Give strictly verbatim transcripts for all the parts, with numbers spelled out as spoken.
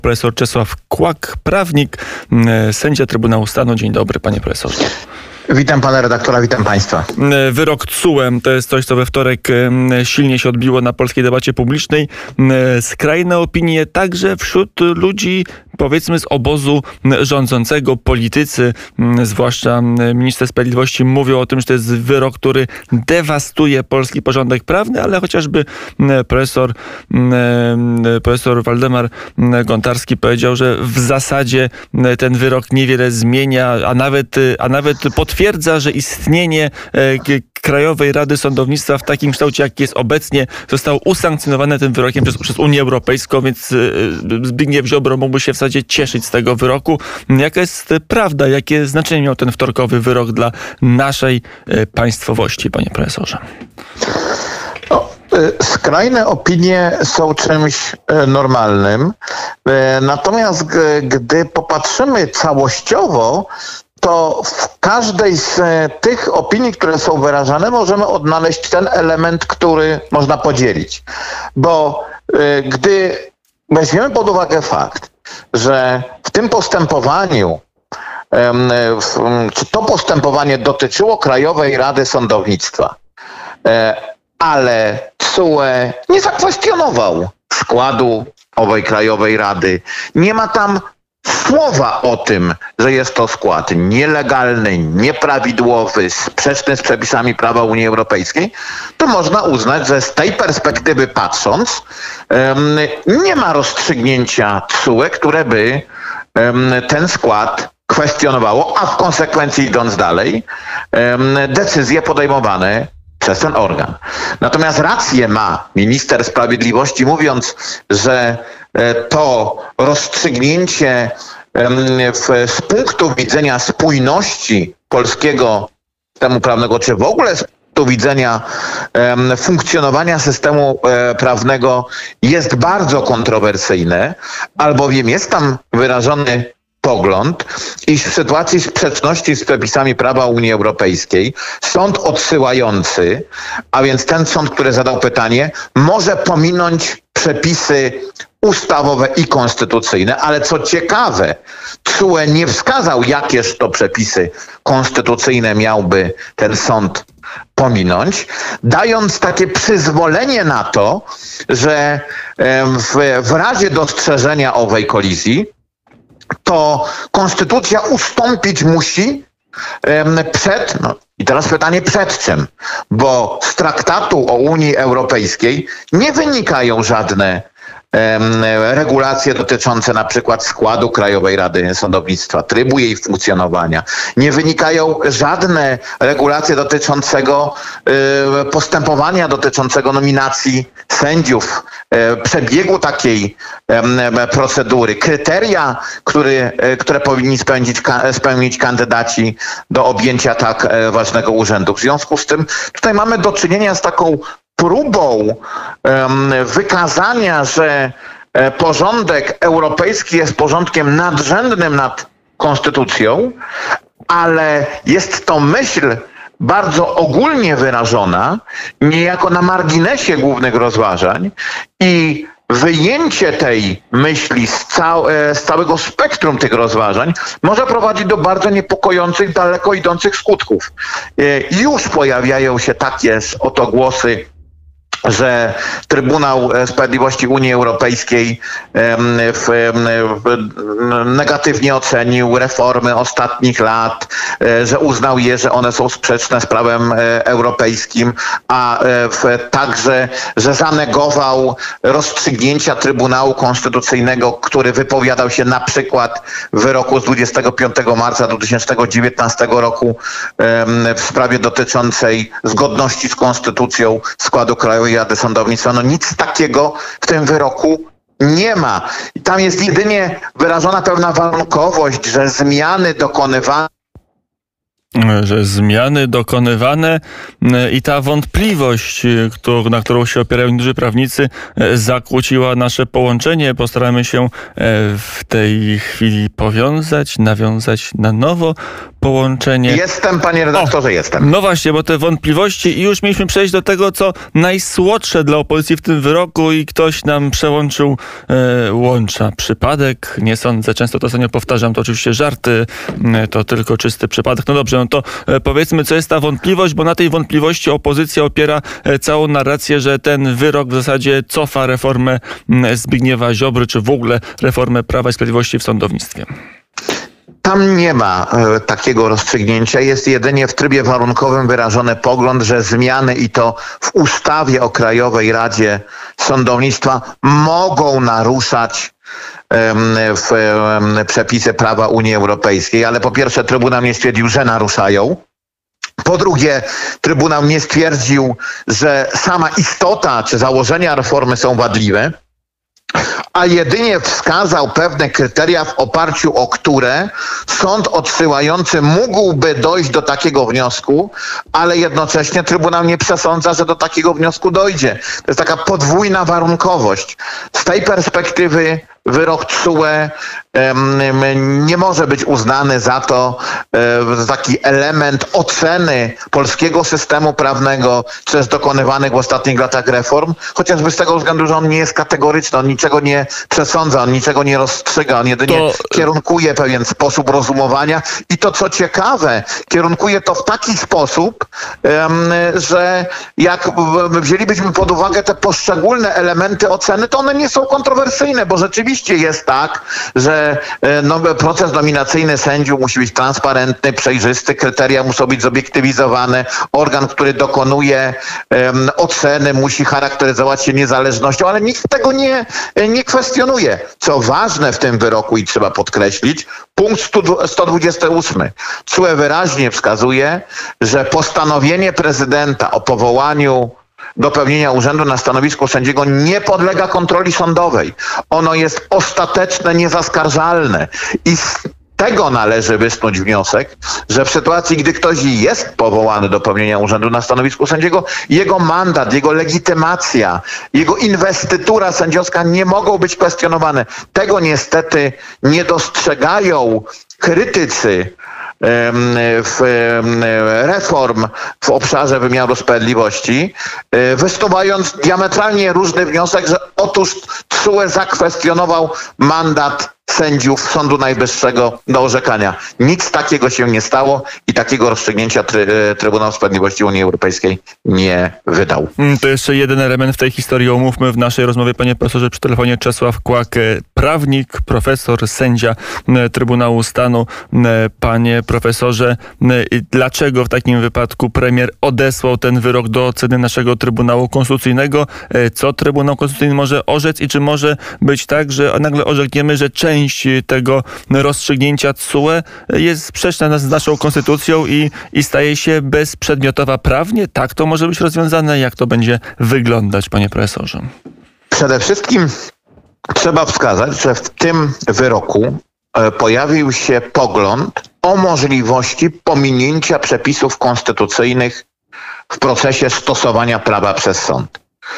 Profesor Czesław Kłak, prawnik, sędzia Trybunału Stanu. Dzień dobry, panie profesorze. Witam pana redaktora, witam państwa. Wyrok T S U E to jest coś, co we wtorek silnie się odbiło na polskiej debacie publicznej. Skrajne opinie także wśród ludzi, powiedzmy, z obozu rządzącego. Politycy, zwłaszcza minister sprawiedliwości, mówią o tym, że to jest wyrok, który dewastuje polski porządek prawny, ale chociażby profesor, profesor Waldemar Gontarski powiedział, że w zasadzie ten wyrok niewiele zmienia, a nawet, a nawet potwierdza, że istnienie Krajowej Rady Sądownictwa w takim kształcie, jaki jest obecnie, zostało usankcjonowane tym wyrokiem przez, przez Unię Europejską, więc Zbigniew Ziobro mógłby się w zasadzie cieszyć z tego wyroku. Jaka jest prawda? Jakie znaczenie miał ten wtorkowy wyrok dla naszej państwowości, panie profesorze? No, skrajne opinie są czymś normalnym. Natomiast gdy popatrzymy całościowo, to w każdej z tych opinii, które są wyrażane, możemy odnaleźć ten element, który można podzielić. Bo y, gdy weźmiemy pod uwagę fakt, że w tym postępowaniu, y, w, czy to postępowanie dotyczyło Krajowej Rady Sądownictwa, y, ale T S U E nie zakwestionował składu owej Krajowej Rady, nie ma tam słowa o tym, że jest to skład nielegalny, nieprawidłowy, sprzeczny z przepisami prawa Unii Europejskiej, to można uznać, że z tej perspektywy patrząc um, nie ma rozstrzygnięcia T S U E, które by um, ten skład kwestionowało, a w konsekwencji idąc dalej, um, decyzje podejmowane przez ten organ. Natomiast rację ma minister sprawiedliwości, mówiąc, że to rozstrzygnięcie z punktu widzenia spójności polskiego systemu prawnego, czy w ogóle z punktu widzenia funkcjonowania systemu prawnego jest bardzo kontrowersyjne, albowiem jest tam wyrażony pogląd, iż w sytuacji sprzeczności z przepisami prawa Unii Europejskiej sąd odsyłający, a więc ten sąd, który zadał pytanie, może pominąć przepisy ustawowe i konstytucyjne, ale co ciekawe, T S U E nie wskazał, jakież to przepisy konstytucyjne miałby ten sąd pominąć, dając takie przyzwolenie na to, że w, w razie dostrzeżenia owej kolizji to konstytucja ustąpić musi przed, no i teraz pytanie przed czym, bo z traktatu o Unii Europejskiej nie wynikają żadne regulacje dotyczące na przykład składu Krajowej Rady Sądownictwa, trybu jej funkcjonowania. Nie wynikają żadne regulacje dotyczącego postępowania, dotyczącego nominacji sędziów, przebiegu takiej procedury, kryteria, który, które powinni spełnić, spełnić kandydaci do objęcia tak ważnego urzędu. W związku z tym tutaj mamy do czynienia z taką próbą um, wykazania, że e, porządek europejski jest porządkiem nadrzędnym nad konstytucją, ale jest to myśl bardzo ogólnie wyrażona, niejako na marginesie głównych rozważań, i wyjęcie tej myśli z, cał z całego spektrum tych rozważań może prowadzić do bardzo niepokojących, daleko idących skutków. E, już pojawiają się takie oto głosy, że Trybunał Sprawiedliwości Unii Europejskiej w, w, negatywnie ocenił reformy ostatnich lat, że uznał je, że one są sprzeczne z prawem europejskim, a w, także, że zanegował rozstrzygnięcia Trybunału Konstytucyjnego, który wypowiadał się na przykład w wyroku z dwudziestego piątego marca dwa tysiące dziewiętnastego roku w sprawie dotyczącej zgodności z konstytucją składu Krajowej Rady Sądownictwa. No nic takiego w tym wyroku nie ma. I tam jest jedynie wyrażona pewna warunkowość, że zmiany dokonywane że zmiany dokonywane i ta wątpliwość, na którą się opierają niektórzy prawnicy, zakłóciła nasze połączenie. Postaramy się w tej chwili powiązać, nawiązać na nowo połączenie. Jestem, panie redaktorze, o, jestem. No właśnie, bo te wątpliwości i już mieliśmy przejść do tego, co najsłodsze dla opozycji w tym wyroku i ktoś nam przełączył e, łącza. Przypadek? Nie sądzę. Często to ostatnio powtarzam, to oczywiście żarty, to tylko czysty przypadek. No dobrze, no to e, powiedzmy, co jest ta wątpliwość, bo na tej wątpliwości opozycja opiera e, całą narrację, że ten wyrok w zasadzie cofa reformę m, Zbigniewa Ziobry, czy w ogóle reformę Prawa i Sprawiedliwości w sądownictwie. Tam nie ma e, takiego rozstrzygnięcia. Jest jedynie w trybie warunkowym wyrażony pogląd, że zmiany i to w ustawie o Krajowej Radzie Sądownictwa mogą naruszać e, w, e, przepisy prawa Unii Europejskiej. Ale po pierwsze Trybunał nie stwierdził, że naruszają. Po drugie, Trybunał nie stwierdził, że sama istota czy założenia reformy są wadliwe, a jedynie wskazał pewne kryteria, w oparciu o które sąd odsyłający mógłby dojść do takiego wniosku, ale jednocześnie Trybunał nie przesądza, że do takiego wniosku dojdzie. To jest taka podwójna warunkowość. Z tej perspektywy wyrok T S U E um, nie może być uznany za to, um, za taki element oceny polskiego systemu prawnego przez dokonywanych w ostatnich latach reform, chociażby z tego względu, że on nie jest kategoryczny, on niczego nie przesądza, on niczego nie rozstrzyga, on jedynie to... kierunkuje pewien sposób rozumowania i to, co ciekawe, kierunkuje to w taki sposób, um, że jak wzięlibyśmy pod uwagę te poszczególne elementy oceny, to one nie są kontrowersyjne, bo rzeczywiście jest tak, że no, proces nominacyjny sędziów musi być transparentny, przejrzysty, kryteria muszą być zobiektywizowane, organ, który dokonuje um, oceny, musi charakteryzować się niezależnością, ale nikt tego nie, nie kwestionuje. Co ważne w tym wyroku i trzeba podkreślić, punkt sto dwudziesty ósmy. T S U E wyraźnie wskazuje, że postanowienie prezydenta o powołaniu do pełnienia urzędu na stanowisku sędziego nie podlega kontroli sądowej. Ono jest ostateczne, niezaskarżalne i z tego należy wysnuć wniosek, że w sytuacji, gdy ktoś jest powołany do pełnienia urzędu na stanowisku sędziego, jego mandat, jego legitymacja, jego inwestytura sędziowska nie mogą być kwestionowane. Tego niestety nie dostrzegają krytycy w reform w obszarze wymiaru sprawiedliwości, wysuwając diametralnie różny wniosek, że otóż T S U E zakwestionował mandat sędziów Sądu Najwyższego do orzekania. Nic takiego się nie stało i takiego rozstrzygnięcia try, Trybunał Sprawiedliwości Unii Europejskiej nie wydał. To jeszcze jeden element w tej historii omówmy w naszej rozmowie, panie profesorze, przy telefonie Czesław Kłak, prawnik, profesor, sędzia Trybunału Stanu. Panie profesorze, dlaczego w takim wypadku premier odesłał ten wyrok do oceny naszego Trybunału Konstytucyjnego? Co Trybunał Konstytucyjny może orzec i czy może być tak, że nagle orzekniemy, że część tego rozstrzygnięcia T S U E jest sprzeczna z naszą konstytucją i, i staje się bezprzedmiotowa prawnie? Tak to może być rozwiązane? Jak to będzie wyglądać, panie profesorze? Przede wszystkim trzeba wskazać, że w tym wyroku pojawił się pogląd o możliwości pominięcia przepisów konstytucyjnych w procesie stosowania prawa przez sąd.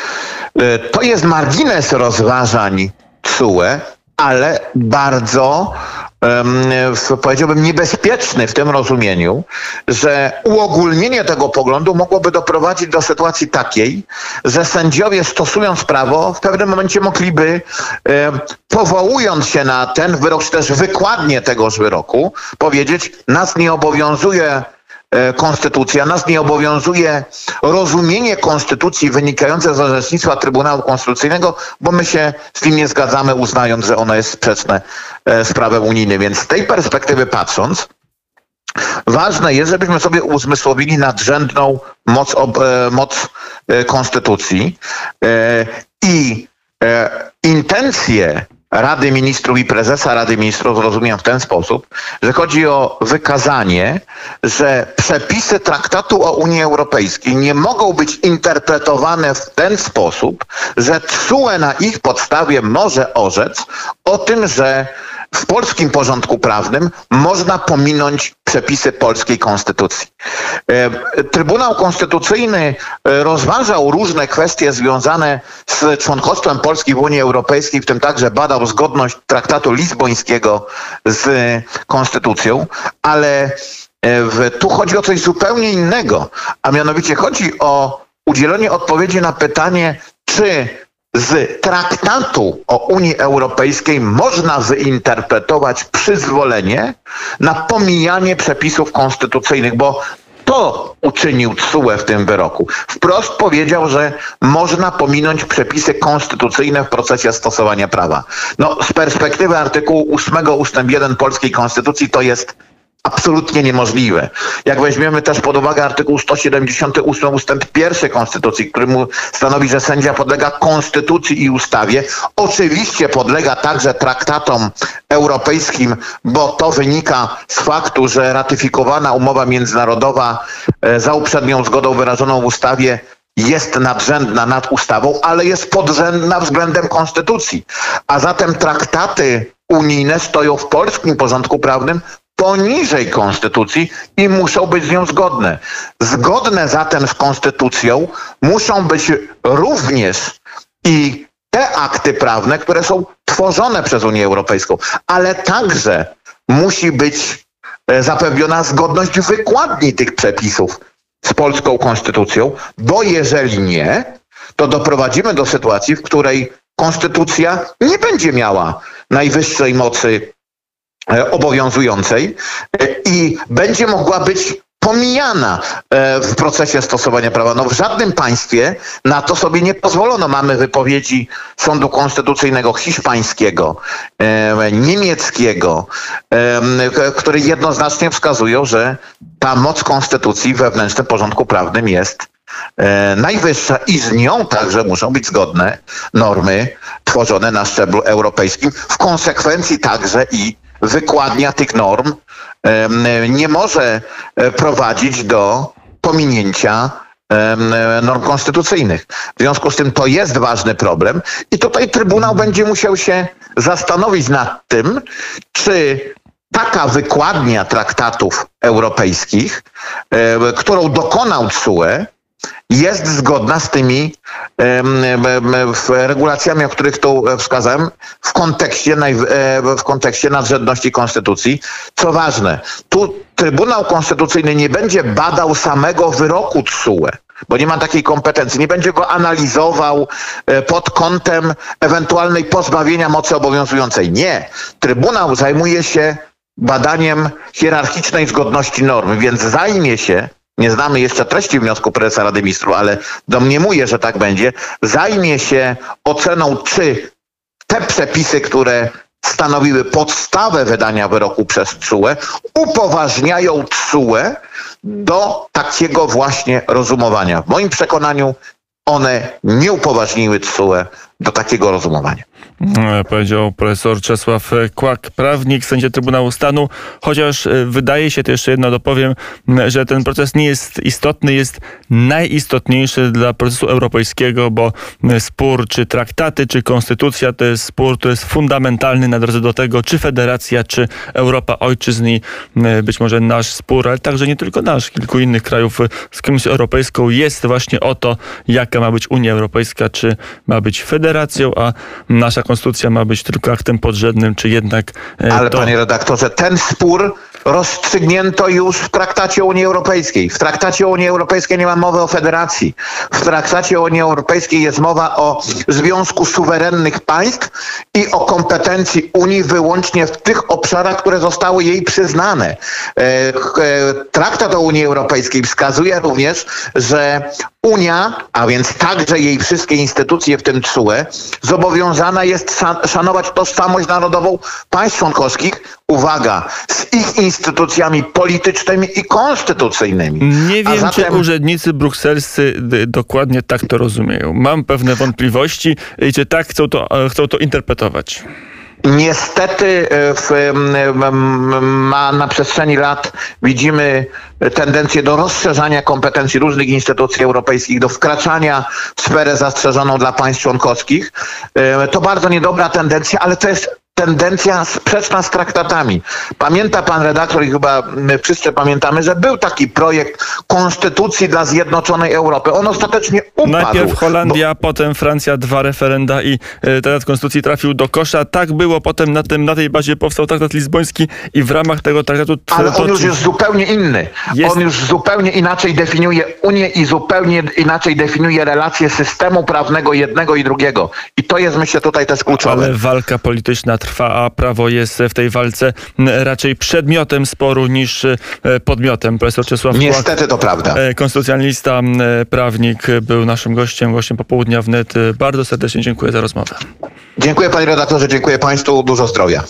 To jest margines rozważań T S U E, ale bardzo, um, powiedziałbym, niebezpieczny w tym rozumieniu, że uogólnienie tego poglądu mogłoby doprowadzić do sytuacji takiej, że sędziowie, stosując prawo, w pewnym momencie mogliby, um, powołując się na ten wyrok, czy też wykładnię tegoż wyroku, powiedzieć, nas nie obowiązuje Konstytucja, nas nie obowiązuje rozumienie Konstytucji wynikające z orzecznictwa Trybunału Konstytucyjnego, bo my się z tym nie zgadzamy, uznając, że ono jest sprzeczne z prawem unijnym. Więc z tej perspektywy patrząc, ważne jest, żebyśmy sobie uzmysłowili nadrzędną moc, moc Konstytucji i intencje Rady Ministrów i prezesa Rady Ministrów rozumiem w ten sposób, że chodzi o wykazanie, że przepisy Traktatu o Unii Europejskiej nie mogą być interpretowane w ten sposób, że T S U E na ich podstawie może orzec o tym, że w polskim porządku prawnym można pominąć przepisy polskiej konstytucji. Trybunał Konstytucyjny rozważał różne kwestie związane z członkostwem Polski w Unii Europejskiej, w tym także badał zgodność traktatu lizbońskiego z konstytucją, ale w, tu chodzi o coś zupełnie innego, a mianowicie chodzi o udzielenie odpowiedzi na pytanie, czy z traktatu o Unii Europejskiej można wyinterpretować przyzwolenie na pomijanie przepisów konstytucyjnych, bo to uczynił T S U E w tym wyroku. Wprost powiedział, że można pominąć przepisy konstytucyjne w procesie stosowania prawa. No, z perspektywy artykułu ósmego ustęp jeden polskiej konstytucji to jest absolutnie niemożliwe. Jak weźmiemy też pod uwagę artykuł sto siedemdziesiąty ósmy ustęp pierwszy Konstytucji, który mu stanowi, że sędzia podlega konstytucji i ustawie, oczywiście podlega także traktatom europejskim, bo to wynika z faktu, że ratyfikowana umowa międzynarodowa za uprzednią zgodą wyrażoną w ustawie jest nadrzędna nad ustawą, ale jest podrzędna względem konstytucji. A zatem traktaty unijne stoją w polskim porządku prawnym poniżej konstytucji i muszą być z nią zgodne. Zgodne zatem z konstytucją muszą być również i te akty prawne, które są tworzone przez Unię Europejską, ale także musi być zapewniona zgodność wykładni tych przepisów z polską konstytucją, bo jeżeli nie, to doprowadzimy do sytuacji, w której konstytucja nie będzie miała najwyższej mocy obowiązującej i będzie mogła być pomijana w procesie stosowania prawa. No w żadnym państwie na to sobie nie pozwolono. Mamy wypowiedzi Sądu Konstytucyjnego hiszpańskiego, niemieckiego, które jednoznacznie wskazują, że ta moc konstytucji w wewnętrznym porządku prawnym jest najwyższa i z nią także muszą być zgodne normy tworzone na szczeblu europejskim. W konsekwencji także i wykładnia tych norm nie może prowadzić do pominięcia norm konstytucyjnych. W związku z tym to jest ważny problem i tutaj Trybunał będzie musiał się zastanowić nad tym, czy taka wykładnia traktatów europejskich, którą dokonał T S U E, jest zgodna z tymi regulacjami, o których tu wskazałem, w kontekście, w kontekście nadrzędności konstytucji. Co ważne, tu Trybunał Konstytucyjny nie będzie badał samego wyroku T S U E, bo nie ma takiej kompetencji, nie będzie go analizował pod kątem ewentualnej pozbawienia mocy obowiązującej. Nie. Trybunał zajmuje się badaniem hierarchicznej zgodności normy, więc zajmie się, nie znamy jeszcze treści wniosku prezesa Rady Ministrów, ale domniemuję, że tak będzie, zajmie się oceną, czy te przepisy, które stanowiły podstawę wydania wyroku przez T S U E, upoważniają T S U E do takiego właśnie rozumowania. W moim przekonaniu one nie upoważniły T S U E do takiego rozumowania. Powiedział profesor Czesław Kłak, prawnik, sędzia Trybunału Stanu, chociaż wydaje się, to jeszcze jedno dopowiem, że ten proces nie jest istotny, jest najistotniejszy dla procesu europejskiego, bo spór czy traktaty, czy konstytucja to jest spór, to jest fundamentalny na drodze do tego, czy federacja, czy Europa ojczyzn i być może nasz spór, ale także nie tylko nasz, kilku innych krajów z Komisją Europejską jest właśnie o to, jaka ma być Unia Europejska, czy ma być federacją, a nasza konstytucja ma być tylko aktem podrzędnym, czy jednak... E, Ale to... panie redaktorze, ten spór rozstrzygnięto już w Traktacie o Unii Europejskiej. W Traktacie o Unii Europejskiej nie ma mowy o federacji. W Traktacie o Unii Europejskiej jest mowa o Związku Suwerennych Państw i o kompetencji Unii wyłącznie w tych obszarach, które zostały jej przyznane. E, e, Traktat o Unii Europejskiej wskazuje również, że Unia, a więc także jej wszystkie instytucje, w tym T S U E, zobowiązana jest szanować tożsamość narodową państw członkowskich, uwaga, z ich instytucjami politycznymi i konstytucyjnymi. Nie wiem, zatem... czy urzędnicy brukselscy dokładnie tak to rozumieją. Mam pewne wątpliwości i czy tak chcą to, chcą to interpretować. Niestety w, ma na przestrzeni lat widzimy tendencję do rozszerzania kompetencji różnych instytucji europejskich, do wkraczania w sferę zastrzeżoną dla państw członkowskich. To bardzo niedobra tendencja, ale to jest tendencja sprzeczna z traktatami. Pamięta pan redaktor i chyba my wszyscy pamiętamy, że był taki projekt konstytucji dla zjednoczonej Europy. On ostatecznie upadł. Najpierw Holandia, bo... potem Francja, dwa referenda i y, traktat konstytucji trafił do kosza. Tak było, potem na, tym, na tej bazie powstał traktat lizboński i w ramach tego traktatu... Ale on już jest zupełnie inny. Jest... On już zupełnie inaczej definiuje Unię i zupełnie inaczej definiuje relacje systemu prawnego jednego i drugiego. I to jest, myślę, tutaj też kluczowe. Ale walka polityczna trwa, a prawo jest w tej walce raczej przedmiotem sporu niż podmiotem. Profesor Czesław Kłak, niestety to prawda. Konstytucjonalista, prawnik, był naszym gościem, gościem Popołudnia Wnet. Bardzo serdecznie dziękuję za rozmowę. Dziękuję panie redaktorze, dziękuję państwu, dużo zdrowia.